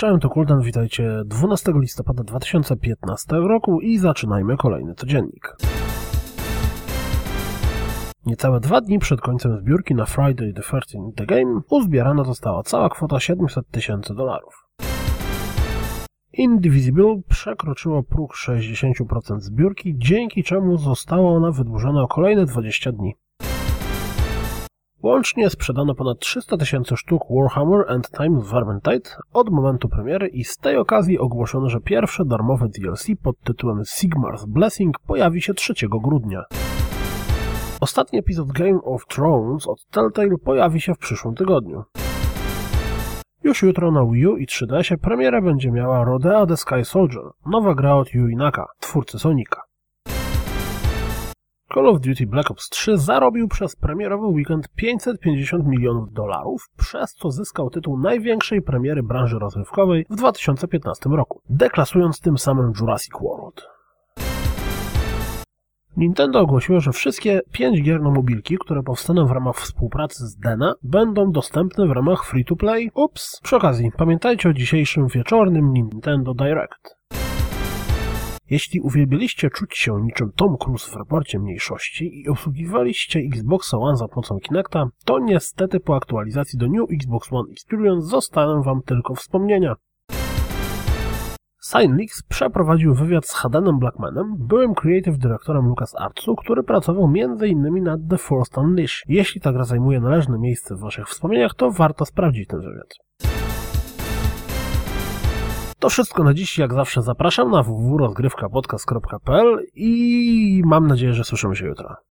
Cześć, to Kuldan, witajcie 12 listopada 2015 roku i zaczynajmy kolejny codziennik. Niecałe 2 dni przed końcem zbiórki na Friday the 13th The Game uzbierana została cała kwota $700 000. Indivisible przekroczyło próg 60% zbiórki, dzięki czemu została ona wydłużona o kolejne 20 dni. Łącznie sprzedano ponad 300 000 sztuk Warhammer End Times Vermintide od momentu premiery i z tej okazji ogłoszono, że pierwsze darmowe DLC pod tytułem Sigmar's Blessing pojawi się 3 grudnia. Ostatni epizod Game of Thrones od Telltale pojawi się w przyszłym tygodniu. Już jutro na Wii U i 3DS premierę będzie miała Rodea the Sky Soldier, nowa gra od Yuji Naka, twórcy Sonika. Call of Duty Black Ops 3 zarobił przez premierowy weekend $550 milionów, przez co zyskał tytuł największej premiery branży rozrywkowej w 2015 roku, deklasując tym samym Jurassic World. Nintendo ogłosiło, że wszystkie 5 gier na mobilki, które powstaną w ramach współpracy z Dena, będą dostępne w ramach free-to-play. Ups! Przy okazji, pamiętajcie o dzisiejszym wieczornym Nintendo Direct. Jeśli uwielbialiście czuć się niczym Tom Cruise w raporcie mniejszości i obsługiwaliście Xboxa One za pomocą Kinecta, to niestety po aktualizacji do New Xbox One Experience zostaną wam tylko wspomnienia. Cynelix przeprowadził wywiad z Hadenem Blackmanem, byłym creative dyrektorem LucasArtsu, który pracował m.in. nad The Force Unleashed. Jeśli ta gra zajmuje należne miejsce w waszych wspomnieniach, to warto sprawdzić ten wywiad. To wszystko na dziś, jak zawsze zapraszam na www.rozgrywkapodcast.pl i mam nadzieję, że słyszymy się jutro.